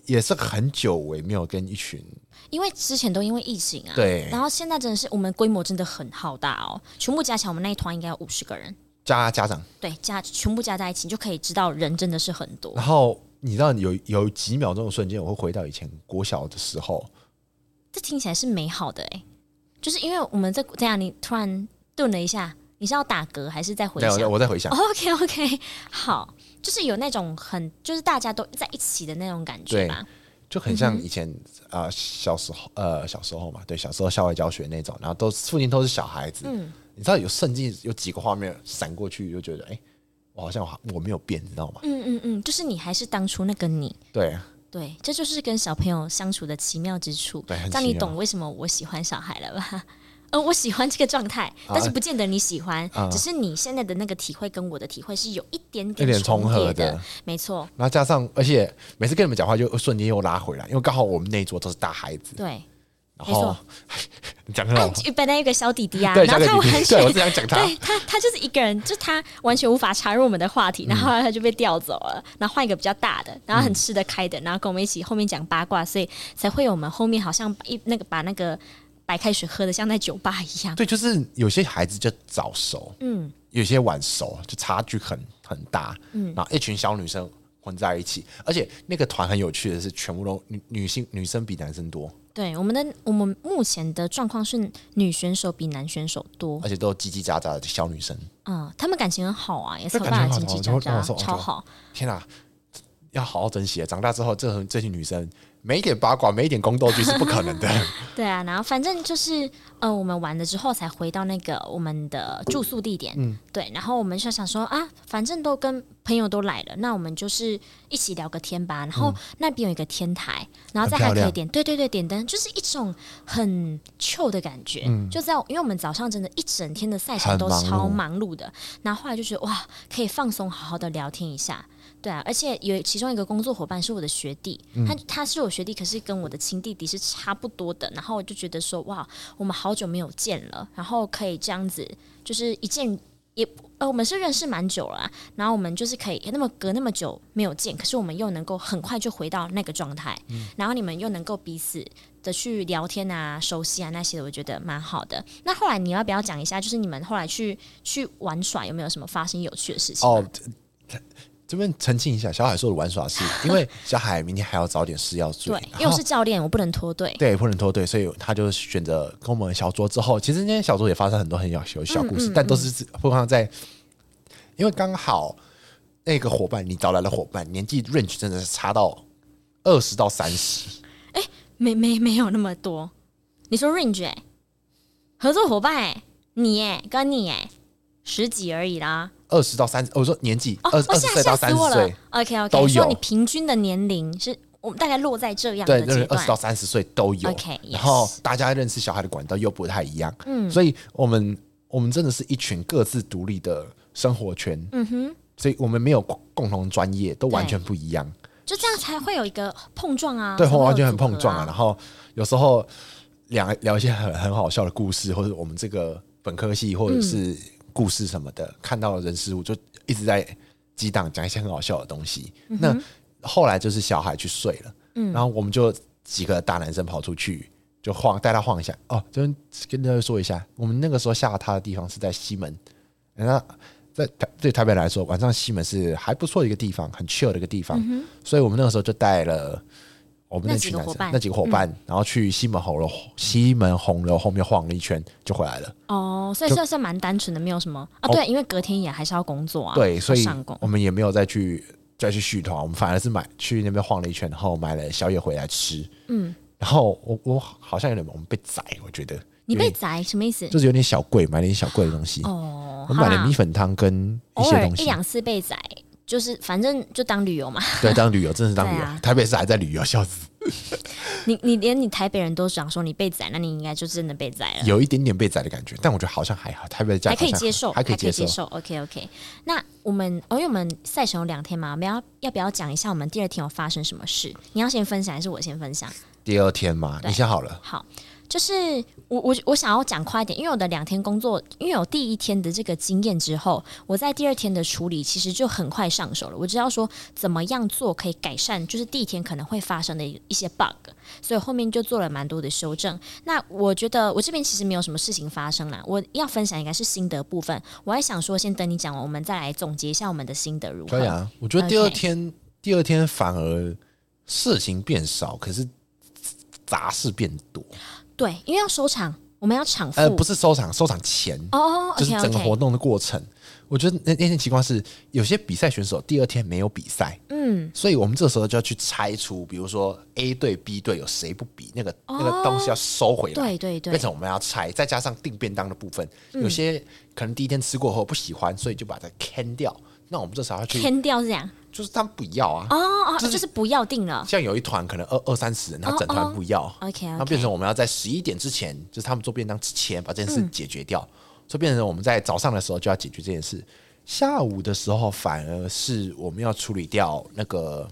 S2: 也是很久违没有跟一群，
S1: 因为之前都因为疫情啊，
S2: 对，
S1: 然后现在真的是我们规模真的很浩大哦，全部加起来我们那一团应该有五十个人，
S2: 加家长，
S1: 对，加全部加在一起，你就可以知道人真的是很多。
S2: 然后你知道有有几秒钟的瞬间，我会回到以前国小的时候，
S1: 这听起来是美好的哎、欸，就是因为我们这这样，你突然顿了一下。你是要打嗝还是在回想？
S2: 我在回想。
S1: Oh, OK OK， 好，就是有那种很，就是大家都在一起的那种感觉吧，
S2: 就很像以前啊、嗯呃、小时候呃小时候嘛，对，小时候校外教学那种，然后都附近都是小孩子，嗯，你知道有甚至有几个画面闪过去，就觉得哎、欸，我好像我我没有变，你知道吗？
S1: 嗯嗯嗯，就是你还是当初那个你，
S2: 对
S1: 对，这就是跟小朋友相处的奇妙之处，
S2: 对，
S1: 让你懂为什么我喜欢小孩了吧？呃，我喜欢这个状态，但是不见得你喜欢、啊，只是你现在的那个体会跟我的体会是有一点点重合的，没错。
S2: 然后加上，而且每次跟你们讲话就瞬间又拉回来，因为刚好我们那一桌都是大孩子，
S1: 对，
S2: 然后你讲很好。
S1: 本来有个小弟弟啊，
S2: 对，
S1: 然后他完全，
S2: 对我只想讲他，
S1: 对他他就是一个人，就他完全无法插入我们的话题，然后后来他就被调走了，然后换一个比较大的，然后很吃得开的，然后跟我们一起后面讲八卦，所以才会有我们后面好像一那个把那个。白开水喝的像在酒吧一样，
S2: 对，就是有些孩子就早熟，嗯，有些晚熟，就差距很很大，嗯，然后一群小女生混在一起，而且那个团很有趣的是，全部都女女性女生比男生多。
S1: 对，我们的我们目前的状况是女选手比男选手多，
S2: 而且都叽叽喳喳的小女生，
S1: 嗯，他们感情很好啊，也是有办法叽叽喳喳，超好。
S2: 天啊，要好好珍惜，长大之后这这些女生。没一点八卦，没一点宫斗剧是不可能的。
S1: 对啊，然后反正就是呃，我们玩了之后才回到那个我们的住宿地点。嗯，对，然后我们就想说啊，反正都跟朋友都来了，那我们就是一起聊个天吧。然后那边有一个天台，然后再还可以点，对对对，点灯，就是一种很 chill 的感觉。嗯，就在因为我们早上真的一整天的赛程都超忙碌的，然后后来就觉得哇，可以放松，好好的聊天一下。对啊，而且有其中一个工作伙伴是我的学弟，嗯、他他是我学弟，可是跟我的亲弟弟是差不多的。然后我就觉得说，哇，我们好久没有见了，然后可以这样子，就是一见也呃，我们是认识蛮久了、啊，然后我们就是可以那么隔那么久没有见，可是我们又能够很快就回到那个状态、嗯，然后你们又能够彼此的去聊天啊、熟悉啊那些的，我觉得蛮好的。那后来你要不要讲一下，就是你们后来去去玩耍有没有什么发生有趣的事情？哦。
S2: 这边澄清一下，小海说的玩耍是因为小海明天还要找点事要做，
S1: 对，因为我是教练，我不能脱队，
S2: 对，不能脱队，所以他就选择跟我们小桌之后，其实那天小桌也发生很多很有有小故事，嗯嗯嗯但都是不放在，因为刚好那个伙伴你找来的伙伴年纪 range 真的是差到二十到三十，
S1: 哎，没没没有那么多，你说 range 哎、欸，合作伙伴哎、欸，你哎、欸、跟你哎、欸、十几而已啦。
S2: 二十到三十，我说年纪二二十岁到三十岁
S1: ，OK OK，
S2: 都有。
S1: 说你平均的年龄是我们大概落在这样的阶段，
S2: 对，二十到三十岁都有。
S1: OK，
S2: 然后大家认识小孩的管道又不太一样，嗯，所以我们我们真的是一群各自独立的生活圈，嗯哼，所以我们没有共同专业，都完全不一样，
S1: 就这样才会有一个碰撞啊，
S2: 对，完全很碰撞啊。然后有时候聊聊一些很很好笑的故事，或者我们这个本科系或者是、嗯。故事什么的，看到人事物就一直在激荡，讲一些很好笑的东西、嗯。那后来就是小孩去睡了、嗯，然后我们就几个大男生跑出去，就晃带他晃一下。哦，这边跟大家说一下，我们那个时候下他的地方是在西门，那在对台北来说，晚上西门是还不错的一个地方，很 chill 的一个地方，嗯、所以我们那个时候就带了。我们那群男生那几个伙伴、嗯，然后去西门红楼西门红楼后面晃了一圈就回来了。
S1: 哦，所以算是蛮单纯的，没有什么啊。对，因为隔天也还是要工作啊。
S2: 对，所以我们也没有再去再去续团，我们反而是买去那边晃了一圈，然后买了宵夜回来吃。嗯，然后我我好像有点我们被宰，我觉得
S1: 你被宰什么意思？
S2: 就是有点小贵，买了一点小贵的东西。哦，我买了米粉汤跟一些东西，
S1: 一两次被宰。就是反正就当旅游嘛，
S2: 对，当旅游真的是当旅游、啊。台北市还在旅游，笑死！
S1: 你你连你台北人都想说你被宰，那你应该就真的被宰了，
S2: 有一点点被宰的感觉，但我觉得好像还好，台北的
S1: 还可以接受，
S2: 还可以接受。
S1: 接受 OK OK。那我们哦，因为我们赛程有两天嘛，我们要要不要讲一下我们第二天有发生什么事？你要先分享还是我先分享？
S2: 第二天嘛，你先好了。
S1: 好。 就是我我我想要讲快一点，因为我的两天工作，因为有第一天的这个经验之后，我在第二天的处理其实就很快上手了。我知道说怎么样做可以改善，就是第一天可能会发生的一些 bug， 所以后面就做了蛮多的修正。那我觉得我这边其实没有什么事情发生啦，我要分享应该是心得部分。我还想说，先等你讲完，我们再来总结一下我们的心得如何？
S2: 可以啊，我觉得第二天、okay. 第二天反而事情变少，可是杂事变多。对，
S1: 因为要收场，我们要场付。
S2: 呃，不是收场，收场前
S1: 哦，
S2: 就是整个活动的过程。我觉得那那天情况是，有些比赛选手第二天没有比赛，嗯，所以我们这时候就要去拆除，比如说 A 队、B 队有谁不比，那个、哦、那个东西要收回来，
S1: 对对对，
S2: 变成我们要拆，再加上订便当的部分，嗯、有些可能第一天吃过后不喜欢，所以就把它 can 掉。那我们这时候要去
S1: can 掉是这样。
S2: 就是他们不要啊，
S1: 哦哦，就是、就是不要定了。
S2: 像有一团可能二二三十人，他整团不要、
S1: 哦、，OK，
S2: 那变成我们要在十一点之前，就是他们做便当之前把这件事解决掉，嗯、所以变成我们在早上的时候就要解决这件事，下午的时候反而是我们要处理掉那个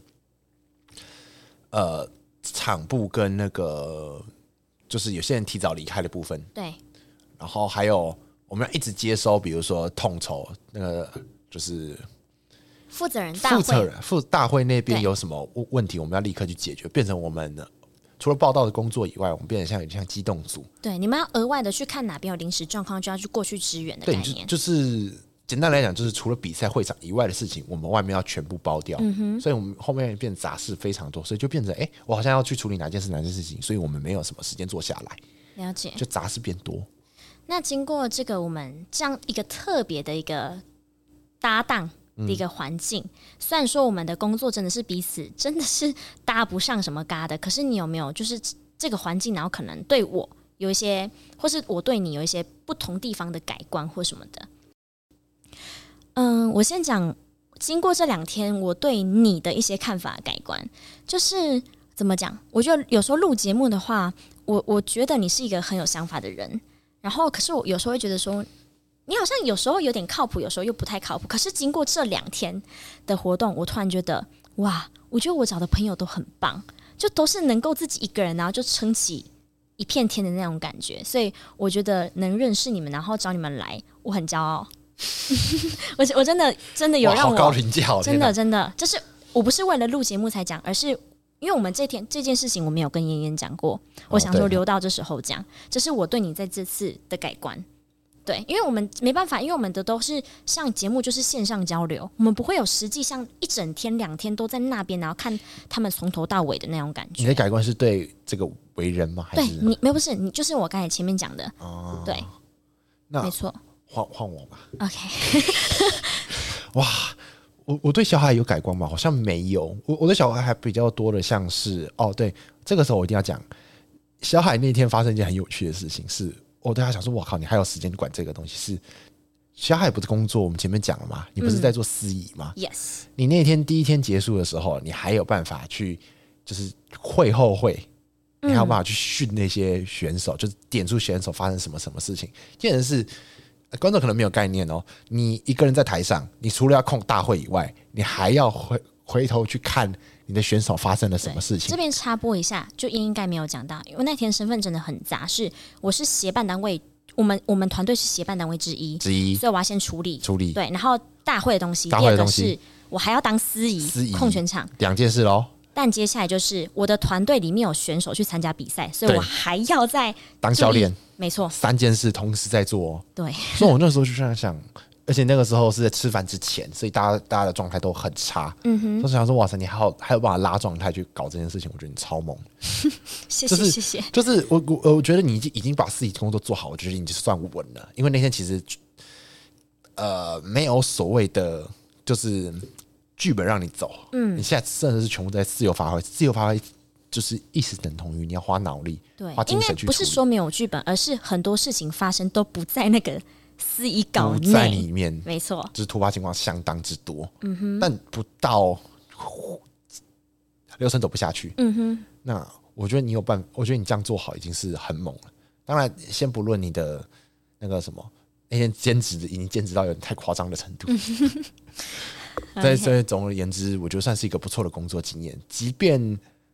S2: 呃场部跟那个就是有些人提早离开的部分，
S1: 对，
S2: 然后还有我们要一直接收，比如说统筹那个就是。
S1: 负责人大会，
S2: 负责人负大会那边有什么问题，我们要立刻去解决，变成我们除了报道的工作以外，我们变成像有点像机动组。
S1: 对，你们要额外的去看哪边有临时状况，就要去过去支援的概念。
S2: 对，就, 就是简单来讲，就是除了比赛会场以外的事情，我们外面要全部包掉。嗯、所以我们后面变杂事非常多，所以就变成哎、欸，我好像要去处理哪件事哪件事情，所以我们没有什么时间坐下来。
S1: 了解，
S2: 就杂事变多。
S1: 那经过这个我们这样一个特别的一个搭档的一个环境、嗯，虽然说我们的工作真的是彼此真的是搭不上什么嘎的，可是你有没有就是这个环境，然后可能对我有一些，或是我对你有一些不同地方的改观或什么的？嗯，我先讲，经过这两天我对你的一些看法的改观，就是怎么讲？我觉得有时候录节目的话，我我觉得你是一个很有想法的人，然后可是我有时候会觉得说，你好像有时候有点靠谱，有时候又不太靠谱。可是经过这两天的活动，我突然觉得，哇，我觉得我找的朋友都很棒，就都是能够自己一个人，然后就撑起一片天的那种感觉。所以我觉得能认识你们，然后找你们来，我很骄傲。我我真的真的有让我
S2: 好高评价，
S1: 真的真的，就是我不是为了录节目才讲，而是因为我们这天这件事情我没有跟妍妍讲过，我想说留到这时候讲，这是我对你在这次的改观。对，因为我们没办法，因为我们的都是像节目就是线上交流，我们不会有实际上一整天两天都在那边，然后看他们从头到尾的那种感觉。
S2: 你的改观是对这个为人吗？还
S1: 对
S2: 是
S1: 你没有不是你就是我刚才前面讲的、哦、对，
S2: 那
S1: 没错，
S2: 换换我吧。
S1: OK
S2: 哇，我我对小孩有改观吗？好像没有，我我对小孩还比较多的像是哦，对，这个时候我一定要讲，小海那天发生一件很有趣的事情是。我对他想说，我靠，你还有时间管这个东西？是小海不是工作，我们前面讲了嘛，你不是在做司仪吗、
S1: 嗯、？Yes。
S2: 你那天第一天结束的时候，你还有办法去，就是会后会，你还有办法去训那些选手，嗯、就是点出选手发生什么什么事情。这件事观众可能没有概念哦。你一个人在台上，你除了要控大会以外，你还要回回头去看。你的选手发生了什么事情？
S1: 这边插播一下，就应该没有讲到，因为那天身份真的很杂，是我是协办单位，我们我们团队是协办单位之一，
S2: 之一，
S1: 所以我要先处理
S2: 处理
S1: 对，然后大会的东西，
S2: 大会的东西
S1: 第二个是我还要当司仪，
S2: 司仪
S1: 控全场，
S2: 两件事咯。
S1: 但接下来就是我的团队里面有选手去参加比赛，所以我还要在
S2: 当教练，
S1: 没错，
S2: 三件事同时在做、哦。
S1: 对，
S2: 所以我那时候就这样想。而且那个时候是在吃饭之前，所以大家大家的状态都很差。嗯哼，所以想说，哇塞，你还有还有办法拉状态去搞这件事情，我觉得你超猛。
S1: 谢谢、就是、谢谢。
S2: 就是我我我觉得你已经已经把自己工作做好，我觉得你就算稳了。因为那天其实呃没有所谓的就是剧本让你走，嗯，你现在真的是全部在自由发挥，自由发挥就是意思等同于你要花脑力，
S1: 对，
S2: 花精神去处理。
S1: 应该不是说没有剧本，而是很多事情发生都不在那个。司仪稿内
S2: 不在里面，
S1: 没错，
S2: 就是突发情况相当之多，嗯哼，但不到流程走不下去，嗯哼。那我觉得你有办法，我觉得你这样做好已经是很猛了。当然，先不论你的那个什么那天兼职已经兼职到有点太夸张的程度，但所以总而言之，我觉得算是一个不错的工作经验。即便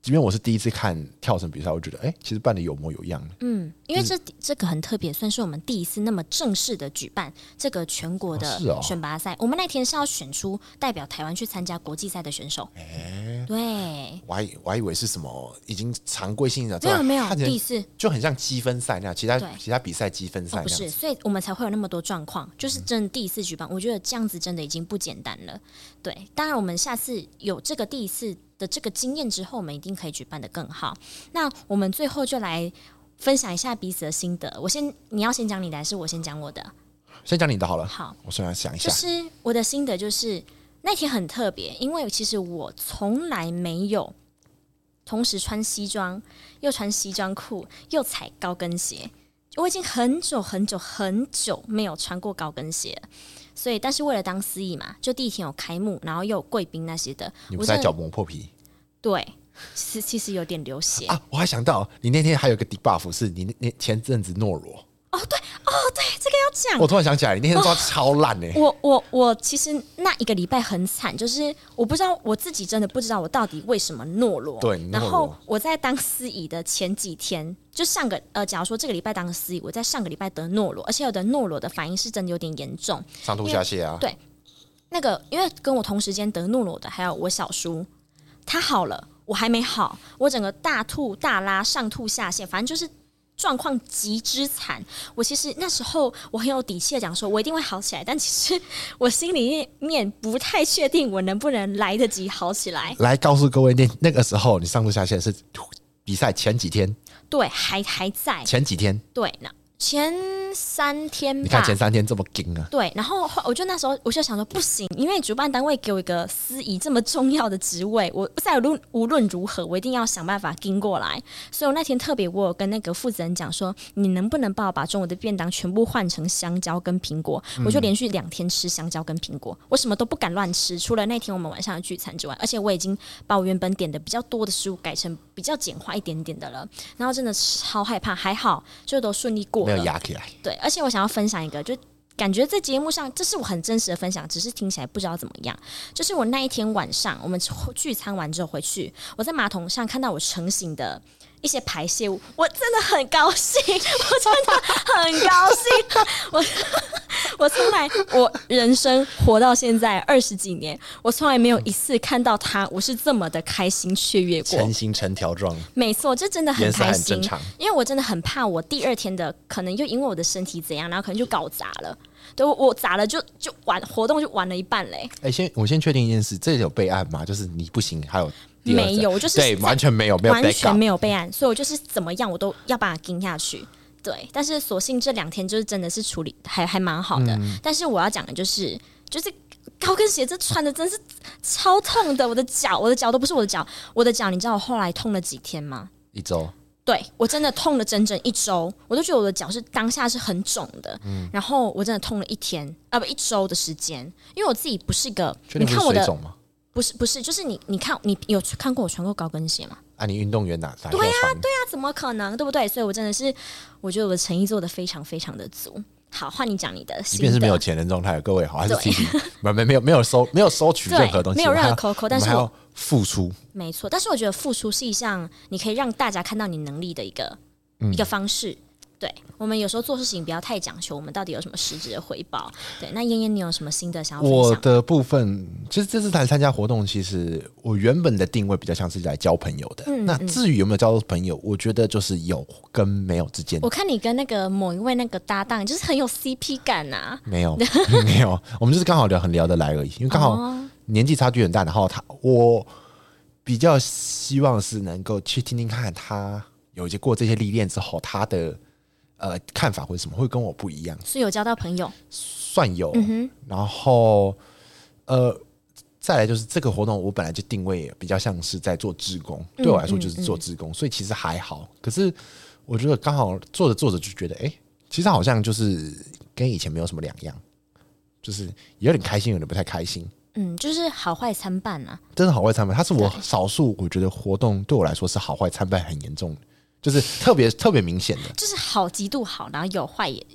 S2: 即便我是第一次看跳绳比赛，我觉得哎、欸，其实办的有模有样。
S1: 嗯，因为这、就是、这个很特别，算是我们第一次那么正式的举办这个全国的选拔赛。哦哦、我们那天是要选出代表台湾去参加国际赛的选手。哎、欸，对，
S2: 我还我还以为是什么已经常规性的，
S1: 没有没有，第一次
S2: 就很像积分赛那样，其他其他比赛积分赛、哦、
S1: 不是，所以我们才会有那么多状况，就是真的第一次举办，嗯、我觉得这样子真的已经不简单了。对，当然我们下次有这个第一次的这个经验之后，我们一定可以举办得更好。那我们最后就来分享一下彼此的心得。我先，你要先讲你的，还是我先讲我的？
S2: 先讲你的好了。
S1: 好，
S2: 我先来想一下。
S1: 就是我的心得，就是那天很特别，因为其实我从来没有同时穿西装，又穿西装裤，又踩高跟鞋。我已经很久很久很久没有穿过高跟鞋了。所以，但是为了当司仪嘛，就第一天有开幕，然后又有贵宾那些的，
S2: 你不是在脚磨破皮？
S1: 对，其实其实有点流血
S2: 啊！我还想到，你那天还有一个 debuff 是你那前阵子懦弱。
S1: 哦，对，哦，对，这个要讲。
S2: 我突然想起来，你那天抓超烂哎、欸！
S1: 我我我其实那一个礼拜很惨，就是我不知道我自己真的不知道我到底为什么懦弱。
S2: 对，懦弱。
S1: 然后我在当司仪的前几天，就上个呃，假如说这个礼拜当司仪，我在上个礼拜得懦弱，而且我的懦弱的反应是真的有点严重，
S2: 上吐下泻啊。
S1: 对，那个因为跟我同时间得懦弱的还有我小叔，他好了，我还没好，我整个大吐大拉，上吐下泻，反正就是。状况极之惨，我其实那时候我很有底气的讲说，我一定会好起来，但其实我心里面不太确定我能不能来得及好起来。
S2: 来告诉各位，那那个时候你上吐下泻是比赛前几天，
S1: 对，还还在
S2: 前几天，
S1: 对，那前三天吧，
S2: 你看前三天这么紧啊，
S1: 对，然后我就那时候我就想说不行，因为主办单位给我一个司仪这么重要的职位，我在无论无论如何我一定要想办法跟过来，所以我那天特别我有跟那个负责人讲说，你能不能帮我把中午的便当全部换成香蕉跟苹果、嗯、我就连续两天吃香蕉跟苹果，我什么都不敢乱吃，除了那天我们晚上的聚餐之外，而且我已经把我原本点的比较多的食物改成比较简化一点点的了，然后真的超害怕，还好就都顺利过了，
S2: 没有压起来。
S1: 对，而且我想要分享一个，就感觉在节目上，这是我很真实的分享，只是听起来不知道怎么样。就是我那一天晚上，我们聚餐完之后回去，我在马桶上看到我成型的一些排泄物，我真的很高兴，我真的很高兴。我我从来我人生活到现在二十几年，我从来没有一次看到它，我是这么的开心雀跃过，
S2: 成型成条状。没
S1: 错，这真的很开心，
S2: 很正常。
S1: 因为我真的很怕我第二天的可能又因为我的身体怎样，然后可能就搞砸了。对，我砸了就就完，活动就完了一半嘞。
S2: 哎、欸，先我先确定一件事，这有备案吗？就是你不行，还有
S1: 没有？就是
S2: 对，完全没有，没有
S1: 完全没有备案，所以我就是怎么样我都要把它跟下去。对，但是所幸这两天就是真的是处理还还蛮好的、嗯。但是我要讲的就是，就是高跟鞋这穿的真是超痛的，我的脚，我的脚都不是我的脚，我的脚，你知道我后来痛了几天吗？
S2: 一周。
S1: 对，我真的痛了整整一周，我都觉得我的脚是当下是很肿的、嗯，然后我真的痛了一天啊不一周的时间，因为我自己不是个，
S2: 你看
S1: 我的
S2: 不
S1: 是不是就是你你看你有看过我穿过高跟鞋吗？
S2: 啊，你运动员哪？
S1: 对呀、啊、对呀、啊，怎么可能，对不对？所以我真的是，我觉得我的诚意做得非常非常的足。好，换你讲你的。
S2: 即便是没有钱人状态，各位好，还是提醒，没没没有没有收没有收取任何东西，
S1: 没有任何扣扣，但是
S2: 我们还要付出。
S1: 没错，但是我觉得付出是一项你可以让大家看到你能力的一个、嗯、一个方式。对，我们有时候做事情不要太讲求我们到底有什么实质的回报。对，那燕燕你有什么新的想要分享？
S2: 我的部分其实这次来参加活动，其实我原本的定位比较像是来交朋友的。嗯、那至于有没有交到朋友，我觉得就是有跟没有之间。
S1: 我看你跟那个某一位那个搭档，就是很有 C P 感啊。
S2: 没有，没有，我们就是刚好聊很聊得来而已，因为刚好年纪差距很大，然后他我比较希望是能够去听听看他有过这些历练之后，他的。呃，看法会什么会跟我不一样？
S1: 是有交到朋友，
S2: 算有。
S1: 嗯、
S2: 然后，呃，再来就是这个活动，我本来就定位比较像是在做志工，嗯、对我来说就是做志工、嗯嗯，所以其实还好。可是我觉得刚好做着做着就觉得，哎、欸，其实好像就是跟以前没有什么两样，就是有点开心，有点不太开心。
S1: 嗯，就是好坏参半啊，
S2: 真的好坏参半。它是我少数我觉得活动对我来说是好坏参半很严重的。就是特别特别明显的，
S1: 就是好极度好，然后有坏也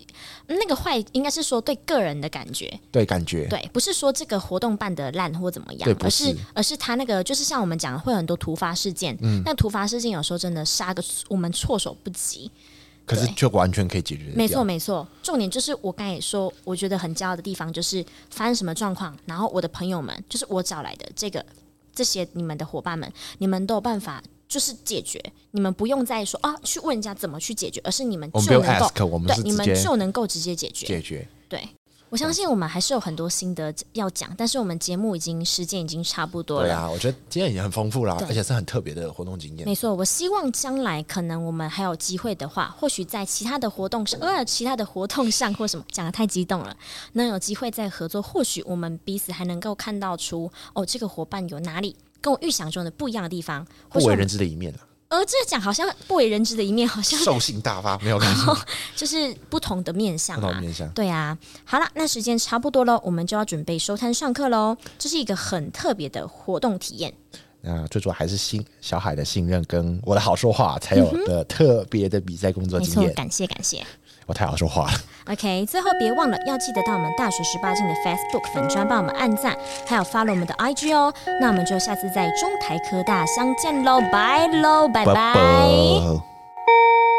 S1: 那个坏应该是说对个人的感觉，
S2: 对感觉，
S1: 对，不是说这个活动办得烂或怎么样，
S2: 对，不
S1: 是，而是而是他那个就是像我们讲的会有很多突发事件，嗯，但突发事件有时候真的杀个我们措手不及。
S2: 可是却完全可以解决。
S1: 没错没错，重点就是我刚才也说，我觉得很骄傲的地方就是发生什么状况，然后我的朋友们，就是我找来的这个这些你们的伙伴们，你们都有办法就是解决，你们不用再说啊去问人家怎么去解决，而是你们就能够，对，你们就能够直接解决。
S2: 解决，
S1: 对。我相信我们还是有很多心得要讲，但是我们节目已经时间已经差不多了。
S2: 对啊，我觉得今天已经很丰富了，而且是很特别的活动经验。
S1: 没错，我希望将来可能我们还有机会的话，或许在其他的活动上，呃，其他的活动上或什么，讲得太激动了，能有机会再合作，或许我们彼此还能够看到出哦，这个伙伴有哪里跟我预想中的不一样的地方，
S2: 不为人知的一面了。
S1: 呃，这讲好像不为人知的一面，好像
S2: 兽性大发，没有关系，
S1: 就是不同的面向、啊，
S2: 不同的面向，
S1: 对啊。好了，那时间差不多了，我们就要准备收摊上课喽。这是一个很特别的活动体验。
S2: 那最主要还是信小海的信任跟我的好说话，才有的特别的比赛工作经验。
S1: 没错，感谢感谢。
S2: 我太好说话了。
S1: OK， 最后别忘了要记得到我们大学十八禁的 Facebook 粉专帮我们按赞，还有 follow 我们的 I G 哦。那我们就下次在中台科大相见喽，拜喽，拜拜。拜拜。